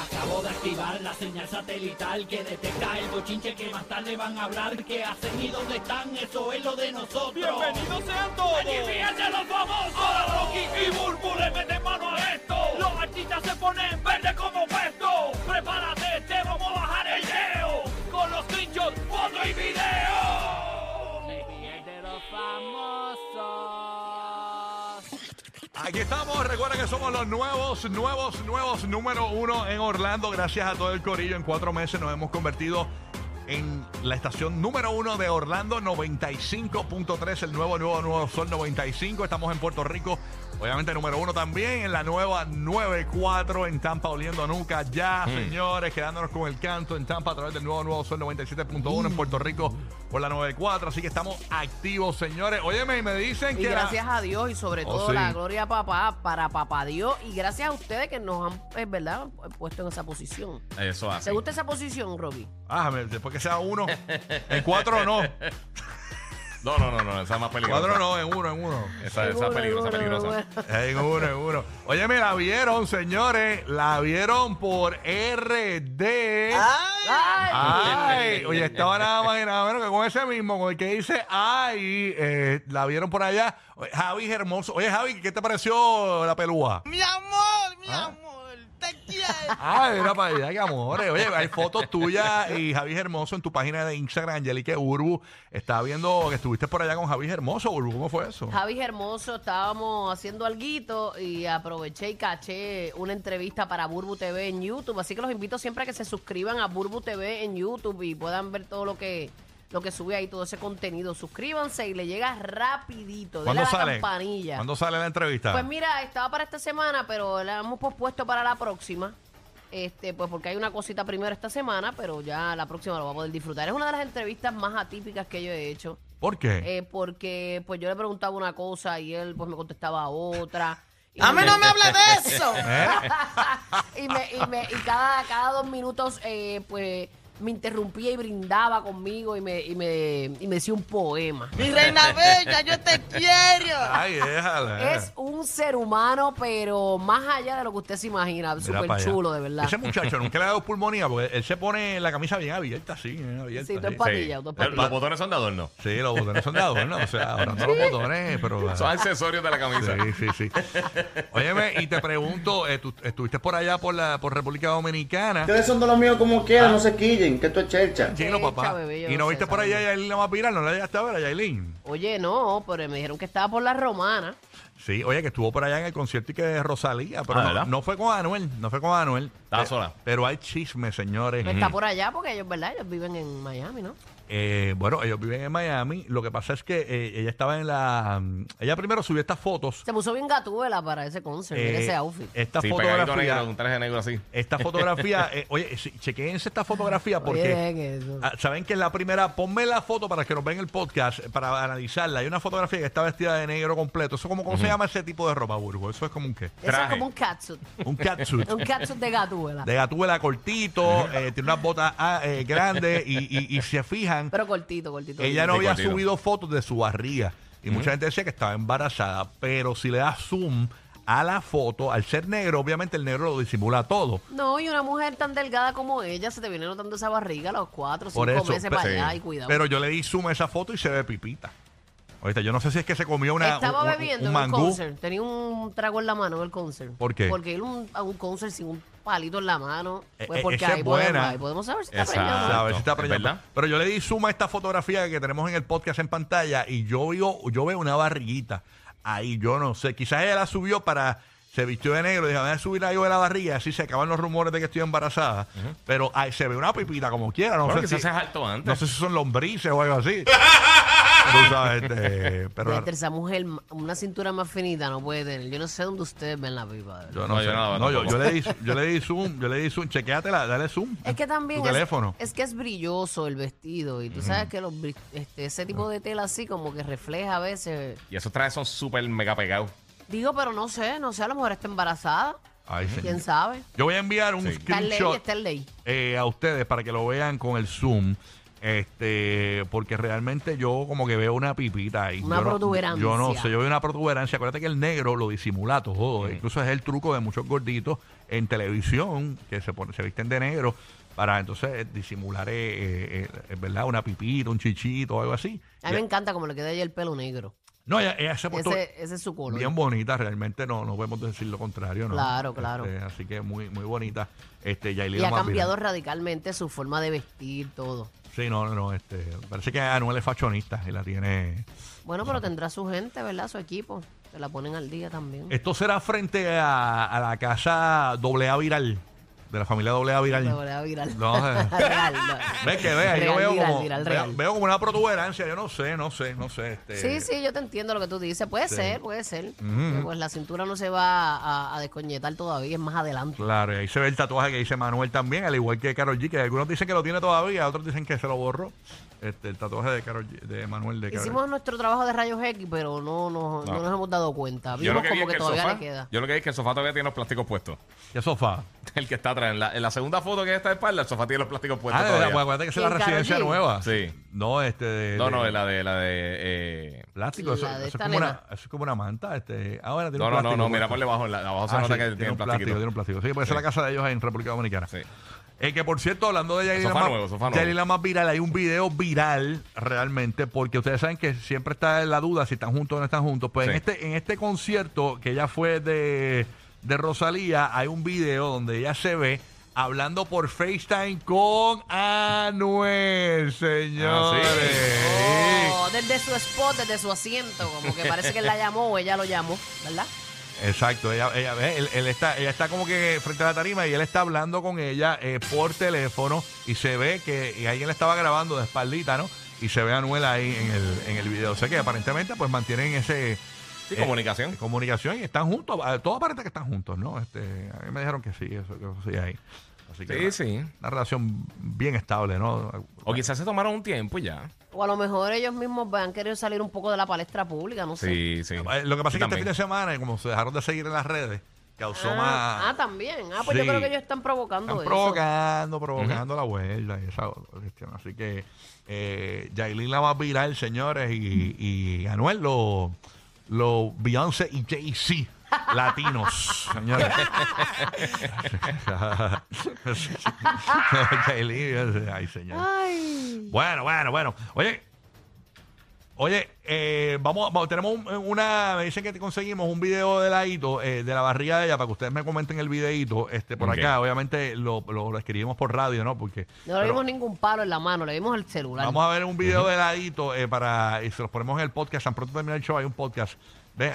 Acabo de activar la señal satelital que detecta el bochinche que más tarde van a hablar. ¿Qué hacen y dónde están? Eso es lo de nosotros. ¡Bienvenidos sean todos! ¡Aquí fíjense los famosos! Ahora Rocky y Burbu le meten mano a esto. Los artistas se ponen verde como puesto. Prepárate, te vamos a bajar el leo. Con los screenshots, foto y video. De los famosos. Aquí estamos, recuerda que somos los nuevos número uno en Orlando. Gracias a todo el corillo, en 4 meses nos hemos convertido en la estación número 1 de Orlando, 95.3, el nuevo Sol 95. Estamos en Puerto Rico, obviamente número 1 también, en la nueva 94 en Tampa, oliendo a nuca ya, señores, quedándonos con el canto en Tampa a través del nuevo Sol 97.1 en Puerto Rico por la 94, así que estamos activos, señores. Óyeme, y me dicen y que... gracias a Dios y sobre todo sí. la gloria a papá, para papá Dios, y gracias a ustedes que nos han, ¿verdad?, puesto en esa posición. Eso hace. ¿Te gusta esa posición, Robbie? después que sea 1, en 4 no. No, esa es más peligrosa. 4 no, en 1. Esa es peligrosa. En uno. Oye, me la vieron, señores. La vieron por RD. ¡Ay! Oye, estaba nada más y nada menos que con ese mismo, con el que dice ¡ay! La vieron por allá. Javi Hermoso. Oye, Javi, ¿qué te pareció la pelúa? Mi amor, te quiero. Ay, mira para allá, qué amores. Oye, hay fotos tuyas y Javi Hermoso en tu página de Instagram, Angelique Urbu. Estaba viendo que estuviste por allá con Javi Hermoso, Urbu. ¿Cómo fue eso? Javi Hermoso, estábamos haciendo alguito y aproveché y caché una entrevista para Burbu TV en YouTube. Así que los invito siempre a que se suscriban a Burbu TV en YouTube y puedan ver todo lo que sube ahí, todo ese contenido. Suscríbanse y le llega rapidito. Denle a la campanilla. ¿Cuándo sale la entrevista? Pues mira, estaba para esta semana, pero la hemos pospuesto para la próxima. Pues porque hay una cosita primero esta semana, pero ya la próxima lo vamos a poder disfrutar. Es una de las entrevistas más atípicas que yo he hecho. ¿Por qué? Porque pues yo le preguntaba una cosa y él pues me contestaba otra. A mí no me habla de eso. y cada 2 minutos pues me interrumpía y brindaba conmigo y me decía un poema. Mi reina bella, yo te quiero. Ay, déjala. Es un ser humano, pero más allá de lo que usted se imagina. Súper chulo, de verdad. Ese muchacho nunca le ha dado pulmonía porque él se pone la camisa bien abierta, así, bien abierta. Sí, tú empatilla. Los botones son de adorno. Sí, los botones son de adorno. O sea, ahora no los botones, pero... Son accesorios de la camisa. Sí. Óyeme, y te pregunto, tú estuviste por allá por República Dominicana. Ustedes son de los míos como quieran, no se quillen, que esto es chelcha. Chino, papá. Bebé, ¿Y no viste por allá a Yailin la más viral? ¿No la llegaste a ver a Yailin? Oye, no, pero me dijeron que estaba por la Romana. Sí, oye, que estuvo por allá en el concierto y que de Rosalía, pero no fue con Anuel, Estaba sola. Pero hay chisme, señores. No está por allá porque ellos, ¿verdad? Ellos viven en Miami, ¿no? Bueno, ellos viven en Miami. Lo que pasa es que ella estaba en la... Ella primero subió estas fotos. Se puso bien gatúbela para ese concert, mira ese outfit. Esta Sí, fotografía... pegadito negro, un traje negro así. Esta fotografía... oye, chequéense esta fotografía porque... Oye, eso. ¿Saben que es la primera? Ponme la foto para que nos vean el podcast, para analizarla. Hay una fotografía que está vestida de negro completo. Eso como, ¿cómo se llama ese tipo de ropa, Burgo? Eso es como un ¿qué? Eso es como un catsuit. Un catsuit. Un catsuit de gatúbela. De gatúbela cortito, tiene unas botas grandes y se fijan... Pero cortito. Ella no Sí, había cortito. subido fotos de su barriga. Y mucha gente decía que estaba embarazada. Pero si le das zoom a la foto, al ser negro, obviamente el negro lo disimula todo. No, y una mujer tan delgada como ella, se te viene notando esa barriga a los 4 o 5 Por eso, meses para sí. allá y cuidado. Pero yo le di zoom a esa foto y se ve pipita. Ahorita, yo no sé si es que se comió Estaba bebiendo un en el mangú. concert. Tenía un trago en la mano en el concert. ¿Por qué? Porque ir a un concert sin un palito en la mano. Pues porque esa es buena. ahí podemos saber si está Exacto. preñado. A ver si está ¿Es preñado. verdad? Pero yo le di zoom a esta fotografía que tenemos en el podcast en pantalla y yo veo una barriguita. Ahí, yo no sé. Quizás ella la subió para... Se vistió de negro y dijo, voy a subir algo de la barriga y así se acaban los rumores de que estoy embarazada. Pero ahí se ve una pipita como quiera. No Bueno, sé quizás si, es alto antes. no sé si son lombrices o algo así. Tú sabes, pero Fíjate, esa mujer, una cintura más finita no puede tener. Yo no sé dónde ustedes ven la pipa. yo No, no sé. yo no, No, tampoco. yo le di zoom. Chequéatela, dale zoom. Es que también Tu teléfono. es que es brilloso el vestido y tú sabes que ese tipo de tela así como que refleja a veces. Y esos trajes son súper mega pegados. Digo, pero no sé, a lo mejor está embarazada. Ay, señor. ¿Quién sabe? Yo voy a enviar un Sí. Está en ley, screenshot está en ley. a ustedes para que lo vean con el zoom. Porque realmente yo como que veo una pipita ahí. Una protuberancia. Yo no sé, yo veo una protuberancia. Acuérdate que el negro lo disimula todo. Incluso es el truco de muchos gorditos en televisión que se visten de negro para entonces disimular, ¿verdad? Una pipita, un chichito o algo así. A mí me encanta como le queda ahí el pelo negro. No, ella se ha puesto Ese es su color. bien bonita, realmente no podemos decir lo contrario, ¿no? Claro, claro. Así que muy bonita. Y ha cambiado radicalmente su forma de vestir, todo. Sí, no. Parece que Anuel es fashionista y la tiene. Bueno, pero tendrá su gente, ¿verdad? Su equipo. Se la ponen al día también. Esto será frente a la casa AA Viral. De la familia AA Viral. AA Viral. No, Real, no. ves que ves, yo veo Viral, como viral, veo, real. veo como una protuberancia, yo no sé. Sí, yo te entiendo lo que tú dices. Puede Sí. ser. Que, pues la cintura no se va a descoñetar todavía, es más adelante. Claro, y ahí se ve el tatuaje que dice Manuel también, al igual que Karol G, que algunos dicen que lo tiene todavía, otros dicen que se lo borró. El tatuaje de Karol G, de Manuel de Karol G. Hicimos nuestro trabajo de rayos X, pero no nos hemos dado cuenta. Vimos como que todavía le queda. Yo lo que vi es que el sofá todavía tiene los plásticos puestos. ¿Qué sofá? El que está atrás. En la segunda foto que está de espalda, el sofá tiene los plásticos puestos todavía. Acuérdate que esa es la ¿Quién, Karol residencia G? nueva. Sí. No, No, la de plástico, La eso de es esta como nena. eso es como una manta. Bueno, tiene No, un plástico. no, mira por debajo. Abajo se nota que tiene un plastiquito. Tiene un plástico. Sí, puede ser la casa de ellos ahí en República Dominicana. Sí. Que por cierto, hablando de Yailin, Sofá nuevo. la más viral, hay un video viral realmente, porque ustedes saben que siempre está en la duda si están juntos o no están juntos. Pues Sí. en este concierto que ella fue de Rosalía, hay un video donde ella se ve hablando por FaceTime con Anuel, señores. Oh, desde su spot, desde su asiento, como que parece que él la llamó o ella lo llamó, ¿verdad? Exacto, ella está como que frente a la tarima y él está hablando con ella por teléfono y se ve que alguien le estaba grabando de espaldita, ¿no? Y se ve a Anuel ahí en el video. O sea que aparentemente pues mantienen ese... Sí, comunicación. Comunicación y están juntos. Todo aparenta que están juntos, ¿no? A mí me dijeron que sí, eso sí hay. Así que Sí. una relación bien estable, ¿no? O quizás se tomaron un tiempo y ya. O a lo mejor ellos mismos han querido salir un poco de la palestra pública, no sé. Sí. Lo que pasa es que También. este fin de semana, como se dejaron de seguir en las redes, causó más... También. Pues Sí. yo creo que ellos están provocando Están eso. provocando la vuelta y esa cuestión. Así que Yailin la más viral, señores, y Anuel los Beyoncé y Jay-Z latinos, señores. Yailin, ay, señor. Ay. Bueno. Oye, tenemos me dicen que te conseguimos un video de ladito, de la barriga de ella, para que ustedes me comenten el videito, por Ok. acá. Obviamente lo escribimos por radio, ¿no? No le pero vimos ningún palo en la mano, le vimos el celular. vamos a ver un video de ladito, y se los ponemos en el podcast. Tan pronto termina el show, hay un podcast. Ve,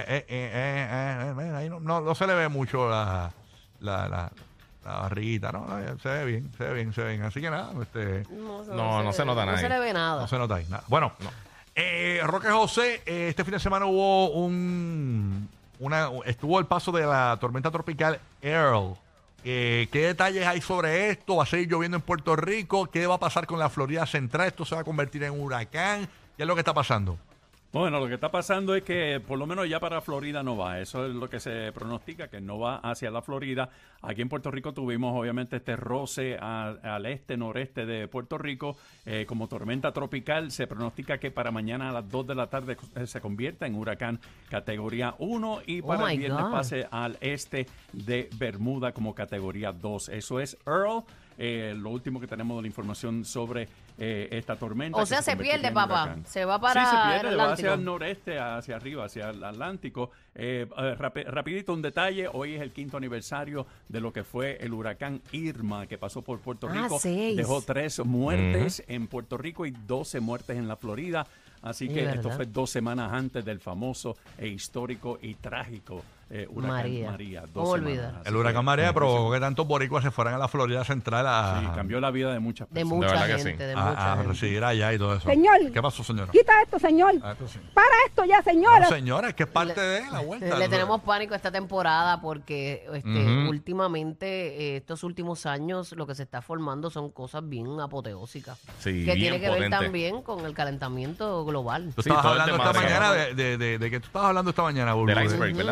ahí no se le ve mucho la barriguita, ¿no? Se ve bien. Así que nada, No se nota No nadie. se le ve nada. no se nota ahí nada. Bueno, Roque José, este fin de semana hubo estuvo el paso de la tormenta tropical Earl. ¿Qué detalles hay sobre esto? ¿Va a seguir lloviendo en Puerto Rico? ¿Qué va a pasar con la Florida Central? ¿Esto se va a convertir en un huracán? ¿Qué es lo que está pasando? Bueno, lo que está pasando es que por lo menos ya para Florida no va. Eso es lo que se pronostica, que no va hacia la Florida. Aquí en Puerto Rico tuvimos obviamente este roce al noreste de Puerto Rico como tormenta tropical. Se pronostica que para mañana a las 2 de la tarde se convierta en huracán categoría 1 y para el viernes pase al este de Bermuda como categoría 2. Eso es Earl. Lo último que tenemos de la información sobre esta tormenta. O sea, se pierde, papá. Se va para sí, se pierde, el va Atlántico. hacia el noreste, hacia arriba, hacia el Atlántico. Rapidito un detalle, hoy es el 5º aniversario de lo que fue el huracán Irma que pasó por Puerto Rico. 6. Dejó 3 muertes en Puerto Rico y 12 muertes en la Florida. Así que esto fue 2 semanas antes del famoso e histórico y trágico huracán María. ¿Cómo olvidar? El huracán María provocó que tantos boricuas se fueran a la Florida Central Sí, cambió la vida de muchas De personas. mucha verdad que gente, sí. de mucha a gente. residir allá y todo eso. Señor. ¿Qué pasó, señora? Quita esto, señor. Esto sí. Para esto ya, señora. No, señora, es que es parte de la vuelta. Le tenemos pánico a esta temporada porque últimamente, estos últimos años, lo que se está formando son cosas bien apoteósicas. Sí, que bien tiene que ver potente. también con el calentamiento global. Tú Sí, estabas todo el hablando tema esta de- mañana de que tú estabas hablando esta mañana, Burbu, Del iceberg, ¿verdad?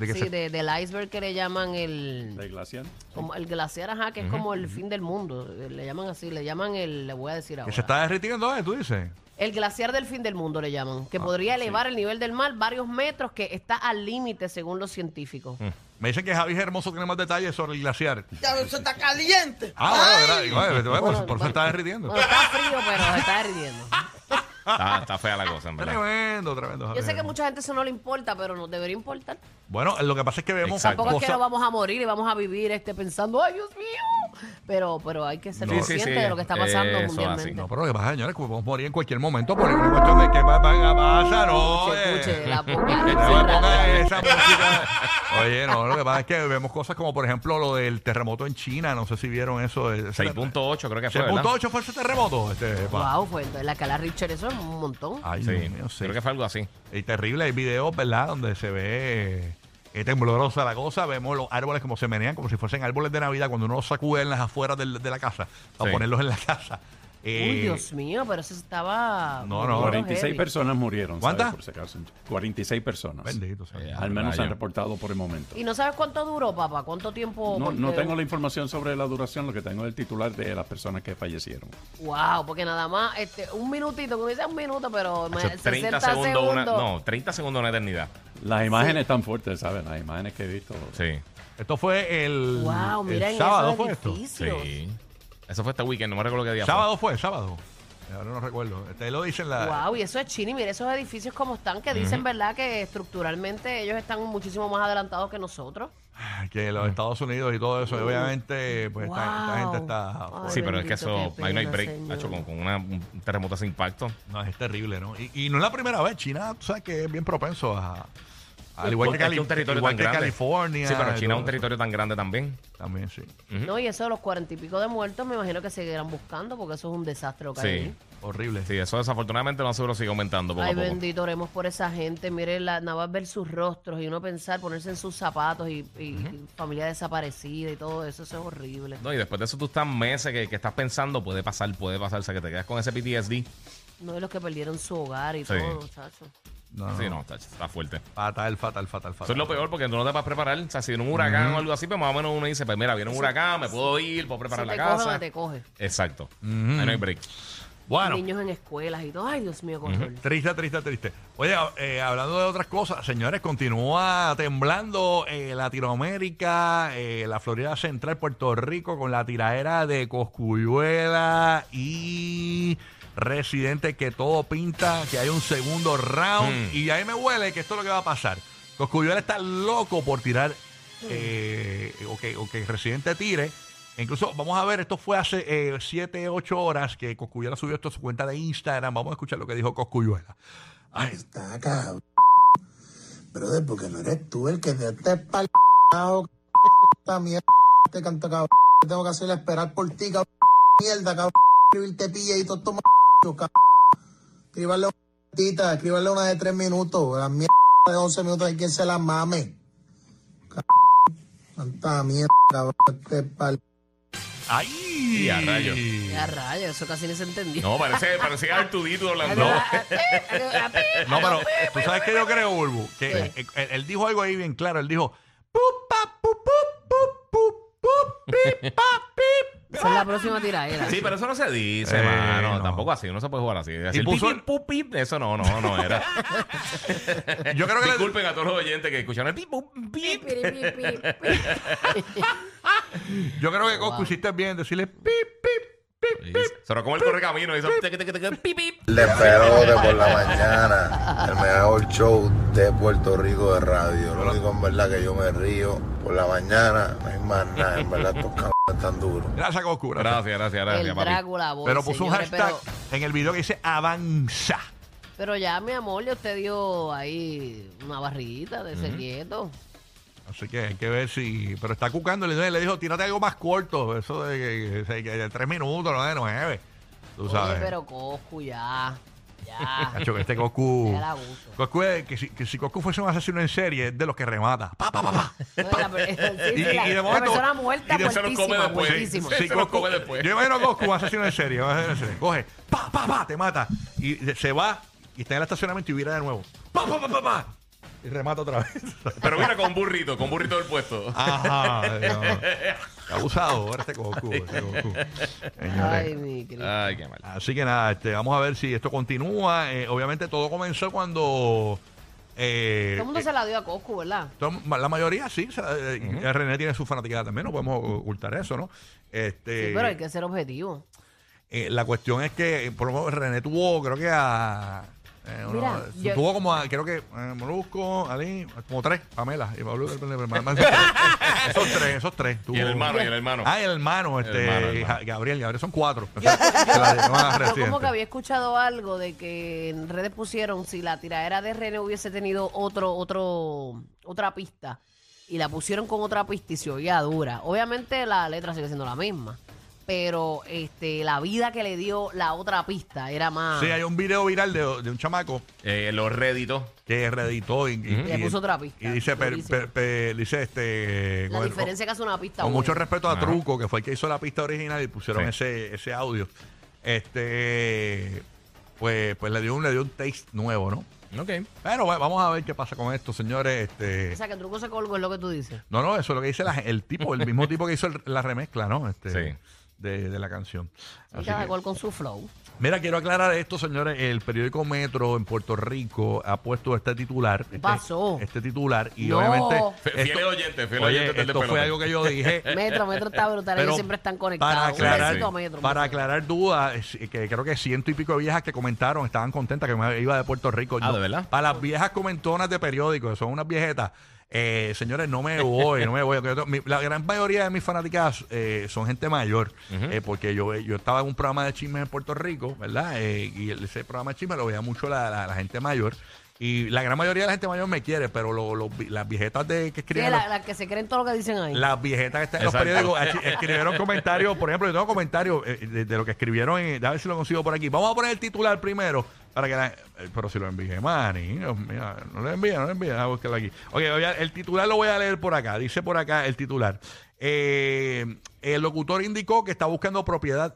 ¿De qué Sí, se- del iceberg que le llaman el... ¿De glaciar? Como el glaciar, ajá, que es como el fin del mundo. Le llaman así, le llaman le voy a decir que ahora. se está derritiendo, tú dices? El glaciar del fin del mundo le llaman, que podría elevar el nivel del mar varios metros, que está al límite según los científicos. Me dicen que Javi Hermoso tiene más detalles sobre el glaciar. Ya eso está caliente. Bueno, Ay. bueno, por eso está derritiendo. Bueno, está frío, pero se está derritiendo. Está fea la cosa, en verdad. Tremendo, Javi Yo sé que Hermoso. mucha gente eso no le importa, pero nos debería importar. Bueno, lo que pasa es que vemos Exacto. Tampoco es que cosas... no vamos a morir y vamos a vivir pensando, ¡ay, Dios mío! Pero hay que ser No. conscientes Sí, sí, de lo que está pasando eso mundialmente. así. No, pero lo que pasa, señores, que podemos morir en cualquier momento por una cuestión de que pasa, no. Escuche, la No me apocalipsis pongas radial. esa música. Oye, no, lo que pasa es que vemos cosas como, por ejemplo, lo del terremoto en China. No sé si vieron eso. 6.8 creo que fue, ¿verdad? 6.8 fue ese terremoto. Wow, fue la Cala Richard, eso es un montón. Ay, Sí, Dios mío, sí. creo que fue algo así. Y terrible, hay videos, ¿verdad? Donde se ve temblorosa la cosa. Vemos los árboles como se menean, como si fuesen árboles de Navidad, cuando uno los sacude en las afueras de la casa, para Sí. ponerlos en la casa. Uy, Dios mío, pero eso estaba... No, no, 46 heavy. personas murieron. ¿sabes? ¿Cuántas? Por si acaso. 46 personas. Bendito sea. Al menos se han rayo. reportado por el momento. ¿Y no sabes cuánto duró, papá? ¿Cuánto tiempo? No, no Porque- tengo la información sobre la duración, lo que tengo es el titular de las personas que fallecieron. Wow, porque nada más un minutito, como dice un minuto, pero Hacho, 60 segundos, segundos. 30 segundos una eternidad. Las imágenes están fuertes, ¿sabes? Las imágenes que he visto. Sí. Esto fue el, Wow, el miren sábado, esos ¿fue esto? edificios. Sí. Eso fue este weekend, no me recuerdo qué día Sábado fue, sábado. Ahora no recuerdo. Lo dice en la... Wow, y eso es China, y mire esos edificios como están, que dicen, ¿verdad? Que estructuralmente ellos están muchísimo más adelantados que nosotros. Que los Estados Unidos y todo eso, y obviamente, pues esta gente está... Ay, Ay, sí, pero es que bendito, eso, qué ahí no hay pena, break, señor. Hacho, con un terremoto ese impacto. No, es terrible, ¿no? Y no es la primera vez. China, tú sabes que es bien propenso a... Al igual que, Es que un territorio igual tan que grande. California. Sí, pero y China es todo un eso. territorio tan grande también. También, sí. No, y eso de los 40 y pico de muertos, me imagino que seguirán buscando, porque eso es un desastre lo que hay Sí. ahí. Horrible. Sí, eso desafortunadamente no seguro sigue aumentando poco Ay, a poco. bendito, oremos por esa gente. Mire, nada más ver sus rostros y uno pensar, ponerse en sus zapatos y familia desaparecida y todo eso, eso es horrible. No, y después de eso tú estás meses que estás pensando, puede pasar, o sea, que te quedas con ese PTSD. No de los que perdieron su hogar y Sí. todo, muchachos. No, Sí, no, está fuerte. Fatal. Eso es lo peor porque tú no te vas a preparar. O sea, si viene un huracán o algo así, pues más o menos uno dice, pues mira, viene un huracán, me puedo ir, puedo preparar Si la te coge, casa. no te coge. Exacto. Ahí no hay break. Bueno, Niños en escuelas y todo. Ay, Dios mío, qué horror. triste. Oye, hablando de otras cosas, señores, continúa temblando Latinoamérica, la Florida Central, Puerto Rico, con la tiradera de Cosculluela y Residente, que todo pinta que hay un segundo round. Y ahí me huele que esto es lo que va a pasar. Cosculluela está loco por tirar, o que Residente tire. Incluso, vamos a ver, esto fue hace 7, 8 horas que Cosculluela subió esto a su cuenta de Instagram. Vamos a escuchar lo que dijo Cosculluela. Ay, Está cabrón. Brother, porque no eres tú el que te esté pal... esta mierda, este canto cabrón. Tengo que hacerle esperar por ti, cabrón. Mierda, cabrón. Escribirte pilla y todo esto, cabrón. Escribirle una tita, escribirle una de 3 minutos. Las mierdas de 11 minutos hay quien se las mame. Cabrón. Tanta mierda, cabrón. Este pal... ¡ay! Y a rayos. Ya rayos, eso casi ni se entendió. No, parecía Artudito hablando. No, pero tú sabes que yo creo, Bulbu, que él dijo algo ahí bien claro. Él dijo, "Pup, pa, pup, pup, pup, pup, pup, pip, pa, pip". Esa es la próxima tiradera. Sí, pero eso no se dice, mano. no. Tampoco así, uno se puede jugar así. Decir, puso pip, pip, pip, eso no era. Yo creo que le- Disculpen a todos los oyentes que escucharon el pip, pip, pip. Yo creo que Coscu hiciste bien en decirle pip, pip, pip. Se lo como el correcamino y hizo pip, pip. De Perote por la mañana, el mejor show de Puerto Rico de radio. Lo único en verdad que yo me río por la mañana, no hay más nada, en verdad estos cabrones están duros. Gracias, Coscu. Gracias. Gracias, El papi. Drácula Boy, Pero puso un señores, hashtag en el video que dice avanza. Pero ya, mi amor, ya usted dio ahí una barriguita de ese quieto. Así que hay que ver si... Pero está cucando, le dijo, tírate algo más corto. Eso de 3 minutos, no de 9. Tú Oye, sabes. pero Coscu, ya. Ya. Cacho, que este Coscu... Ya la gusto. Coscu es que si Coscu fuese un asesino en serie, es de los que remata. Pa, pa, pa, pa. Sí, Y de la momento- persona muerta, y de- se lo come muertísima, después. muertísima. Sí. Se lo come después. Yo imagino a Coscu, un asesino en serie. Coge, pa, pa, pa, te mata. Y se va y está en el estacionamiento y vira de nuevo. Pa, pa, pa, pa, pa. y remata otra vez. Pero mira, con burrito del puesto. Ajá. Dios. Abusador este Goku. Señores. Ay, mi Cristo. Ay, qué mal. Así que nada, vamos a ver si esto continúa. Obviamente todo comenzó cuando... Todo el mundo se la dio a Coscu, ¿verdad? La mayoría sí. René tiene su fanaticada también, no podemos ocultar eso, ¿no? Sí, pero hay que ser objetivo. La cuestión es que, por lo menos, René tuvo, creo que Mira, tuvo como, creo que Molusco, Ali, como 3, Pamela. Y Pablo, esos tres. Y el hermano. Ah, el hermano, Gabriel son 4. Yo como que había escuchado algo de que en redes pusieron si la tiradera de René hubiese tenido otra pista y la pusieron con otra pista y se oía dura. Obviamente la letra sigue siendo la misma, pero la vida que le dio la otra pista era más... Sí, hay un video viral de un chamaco Los réditos. que reeditó y le puso otra pista. y dice, la diferencia que hace una pista con buena. mucho respeto a Truco, que fue el que hizo la pista original y pusieron Sí. ese audio. Pues le dio un taste nuevo, ¿no? Ok. Pero bueno, vamos a ver qué pasa con esto, señores. O sea, que el Truco se colgó, es lo que tú dices. No, eso es lo que dice el mismo tipo que hizo la remezcla, ¿no? Sí. De la canción. Y Así cada que- cual con su flow. Mira, quiero aclarar esto, señores. El periódico Metro en Puerto Rico ha puesto este titular. ¿Qué pasó? Este titular. Y No. obviamente. Fiel oyente del Esto fue pelotón. algo que yo dije. Metro está brutal. Pero Ellos siempre están conectados. Para aclarar, Un besito a Metro. para aclarar dudas, que creo que 100 y pico de viejas que comentaron estaban contentas que me iba de Puerto Rico. ¿de verdad? Para las viejas comentonas de periódicos, que son unas viejetas. Señores, no me voy. La gran mayoría de mis fanáticas son gente mayor, porque yo estaba en un programa de chismes en Puerto Rico, ¿verdad? Y ese programa de chismes lo veía mucho la gente mayor. Y la gran mayoría de la gente mayor me quiere, pero las viejetas que Sí, escriben... las que se creen todo lo que dicen ahí. Las viejetas que están en los Exacto. periódicos escribieron comentarios. Por ejemplo, yo tengo comentarios de lo que escribieron. A ver si lo consigo por aquí. Vamos a poner el titular primero. Para que pero si lo envíe, Manny. Dios mío, no lo envíe. A buscarlo aquí. Ok, el titular lo voy a leer por acá. Dice por acá el titular. El locutor indicó que está buscando propiedad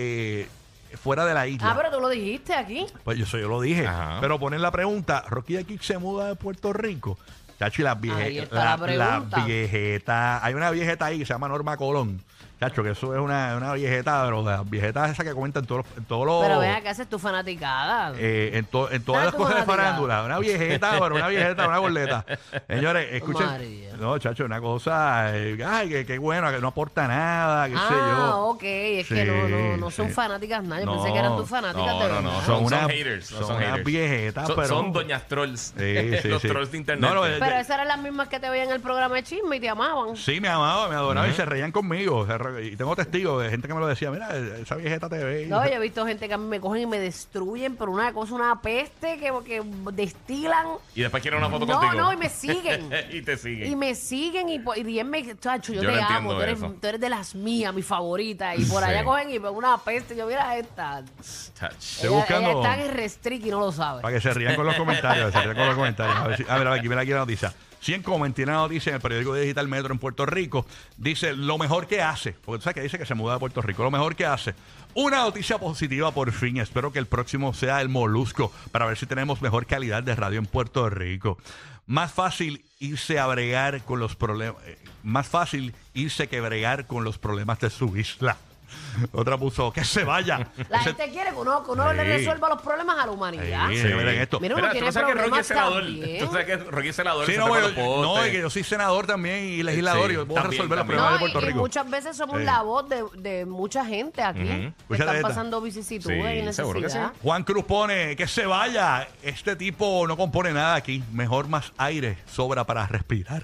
fuera de la isla. Pero tú lo dijiste aquí. Pues yo lo dije. Ajá. Pero ponen la pregunta, ¿Rocky de Kik se muda de Puerto Rico? Chacho, y las Ahí está la pregunta. viejetas. Hay una viejeta ahí que se llama Norma Colón. Chacho, que eso es una viejeta, pero las viejetas esas que comentan todos los... Pero ven acá, esa es tu fanaticada. en todas las tu cosas de fanaticada? farándula. Una viejeta, una boleta. Señores, escuchen. María. No, chacho, una cosa. Ay, qué bueno, que no aporta nada, qué sé yo. Ok. Es Sí, que no son sí. fanáticas nada. Yo No, pensé que eran tus fanáticas de verdad. no. Son Son haters. Son unas viejetas, pero... Son doñas trolls. Sí, Los sí. trolls de internet. No, Pero esas eran las mismas que te veían en el programa de chisme y te amaban. Sí, me amaban, me adoraban y se reían conmigo. Y tengo testigos de gente que me lo decía, mira, esa viejeta te ve. No, yo he visto gente que a mí me cogen y me destruyen por una cosa, una peste que destilan. Y después quieren una foto contigo. No, y me siguen. Y te siguen. Y me siguen y díganme, chacho, yo Yo te no amo, entiendo eso. tú eres de las mías, mi favorita. Y por allá Sí. cogen y ven una peste. Yo, mira esta. Touch. Estoy Ella buscando- está en Restrict y no lo sabe. Para que se rían con los comentarios. A ver, aquí, mira aquí la noticia. 100 Comment tiene una noticia en el periódico digital Metro en Puerto Rico. Dice lo mejor que hace. Porque tú sabes que dice que se muda de Puerto Rico. Lo mejor que hace. Una noticia positiva por fin. Espero que el próximo sea el Molusco. Para ver si tenemos mejor calidad de radio en Puerto Rico. Más fácil irse a bregar con los problemas. Más fácil irse que bregar con los problemas de su isla. Otra puso que se vaya. La Ese- gente quiere que uno le Sí. resuelva los problemas a la humanidad. Sí, Sí. miren esto. Mira, Mira, uno tú tiene no sabes que Rocky es problemas senador. también. Tú sabes que Rocky es senador. Sí, se no, trepa yo, los postes. es que yo soy senador también y legislador. Sí, y yo puedo también, resolver los también. problemas No, de Puerto y Rico. muchas veces somos Sí. la voz de mucha gente aquí. Que Escúchate están esta. pasando vicisitudes Sí, y seguro que necesidad. Juan Cruz pone que se vaya. Este tipo no compone nada aquí. Mejor más aire sobra para respirar.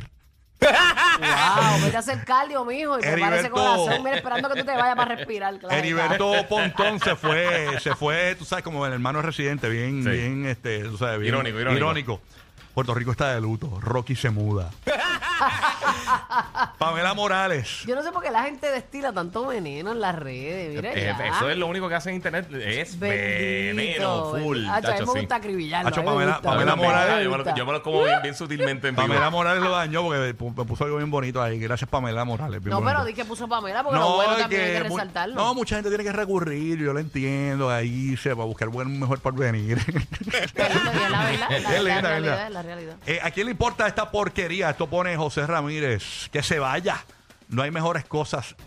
Wow, vete a hacer cardio, mijo, y prepara ese Heriberto- corazón, mira, esperando que tú te vayas para respirar, claro. Heriberto Pontón se fue, tú sabes, como el hermano residente, bien, Sí. bien, tú sabes, bien Irónico. Puerto Rico está de luto. Rocky se muda. Pamela Morales. Yo no sé por qué la gente destila tanto veneno en las redes. Mira ya. Eso es lo único que hace en internet. Es Bendito, veneno full. bendito. A mí Chacho, me sí. gusta acribillarlo. Hacho, a mí me gusta. Pamela Morales, Yo me lo como bien sutilmente en vivo. Pamela Morales lo dañó porque me puso algo bien bonito ahí. Gracias, Pamela Morales. bien No, pero bonito. di que puso Pamela porque lo bueno es también hay que mu- resaltarlo. No, mucha gente tiene que recurrir, yo lo entiendo, ahí se va a buscar buen mejor porvenir. Es la verdad, Es la linda, realidad, es la realidad. ¿A quién le importa esta porquería? Esto pone José Ramírez. Que se vaya. No hay mejores cosas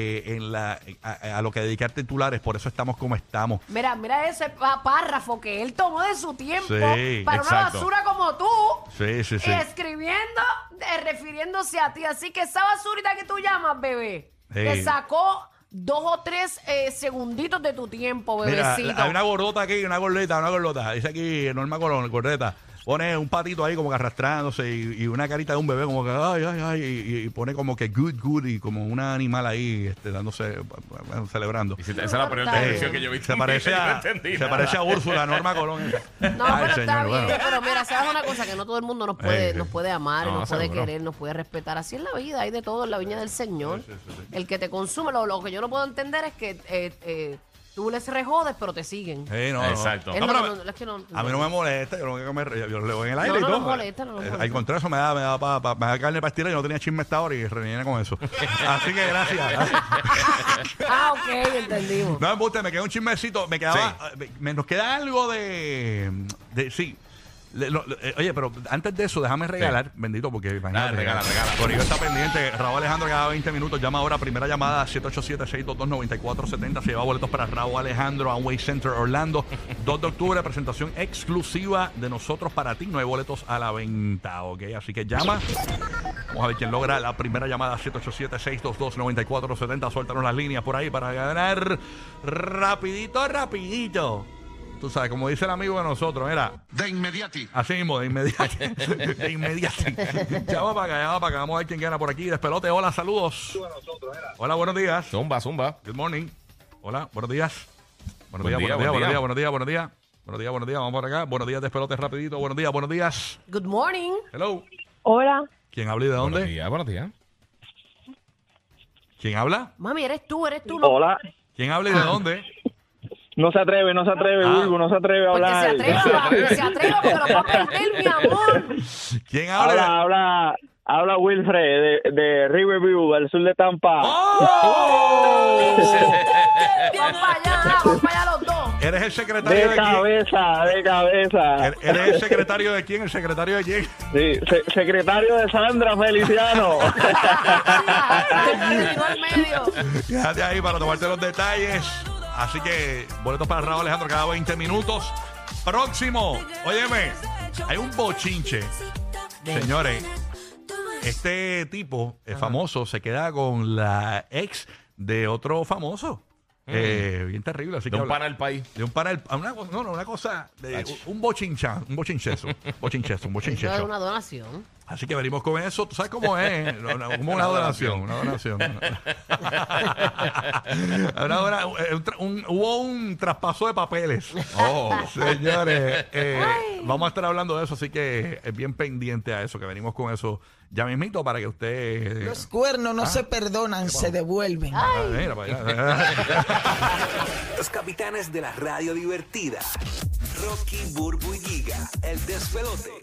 a lo que dedicar titulares, por eso estamos como estamos. Mira ese párrafo que él tomó de su tiempo Sí, para una exacto. basura como tú. Sí, sí, sí. Escribiendo, refiriéndose a ti. Así que esa basurita que tú llamas, bebé, Sí. te sacó 2 o 3 segunditos de tu tiempo, Mira, bebecito. hay una gordota aquí, una gordota. Dice aquí Norma Colón, gordeta. Pone un patito ahí como que arrastrándose y una carita de un bebé como que ay, y pone como que good y como un animal ahí dándose, celebrando. Y si esa es la peor Está descripción bien. que yo he visto. Se parece Yo no a entendí se nada. parece a Úrsula, Norma Colón. No, Ay, pero está señor, bien. bueno. Pero mira, sabes una cosa, que no todo el mundo nos puede, Sí. nos puede amar, No, nos puede seguro. querer, nos puede respetar. Así es la vida, hay de todo en la viña del Señor. El que te consume, lo que yo no puedo entender es que tú les rejodes, pero te siguen. Sí, no, Exacto. Es No, lo pero que no- es que no- a mí no me molesta, yo le voy en el aire No, y no todo. nos molesta, no nos molesta. Al contrario, eso me da carne para estirar y no tenía chisme esta hora y rellena con eso. Así que gracias. Ah, ok, entendimos. No, embuste, me queda un chismecito. Me quedaba. Nos queda algo de sí. Oye, pero antes de eso, déjame regalar, bendito, porque imagínate. regala. Corillo está pendiente. Raúl Alejandro cada 20 minutos. Llama ahora, primera llamada, 787-622-9470. Se lleva boletos para Raúl Alejandro, Amway Center Orlando. 2 de octubre, presentación exclusiva de nosotros para ti. No hay boletos a la venta, ¿ok? Así que llama. Vamos a ver quién logra la primera llamada, 787-622-9470. Suéltanos las líneas por ahí para ganar rapidito. Tú sabes, como dice el amigo de nosotros, era De inmediati. así mismo, de inmediato. De inmediato. Llama para acá. Vamos a ver quién gana por aquí. Despelote, hola, saludos. Hola, buenos días. Zumba. Good morning. Hola, buenos días. Buenos Buen días, día, buenos buen días, día. buenos días, buenos días. Buenos días, vamos por acá. Buenos días, Despelote, rapidito. Buenos días. Good morning. Hello. Hola. ¿Quién habla y de Buenos dónde? días, buenos días. ¿Quién habla? Mami, eres tú. Hola. ¿Quién habla y de dónde? No se atreve, Bulbo, no se atreve a Pues que hablar. que se atreva porque lo va a perder, mi amor. ¿Quién habla? Habla Wilfred de Riverview, al sur de Tampa. ¡Oh! Vamos para allá los dos. ¿Eres el secretario de quién? De cabeza. ¿Eres el secretario de quién? ¿El secretario de quién? Sí, secretario de Sandra Feliciano. Te digo al medio. Quédate ahí para tomarte los detalles. Así que boletos para Raúl Alejandro cada 20 minutos. Próximo, óyeme, hay un bochinche. Señores, este tipo famoso se queda con la ex de otro famoso. Bien terrible. Así De que un pana del país. de un pana una cosa de un bochinchezo. Eso es una donación. Así que venimos con eso. ¿Tú sabes cómo es? Como una donación. Hubo un traspaso de papeles. Señores, vamos a estar hablando de eso, así que es bien pendiente a eso, que venimos con eso ya mismito para que usted... Los cuernos no se perdonan, se devuelven. Mira para allá. Los capitanes de la radio divertida. Rocky, Burbu y Giga. El despelote.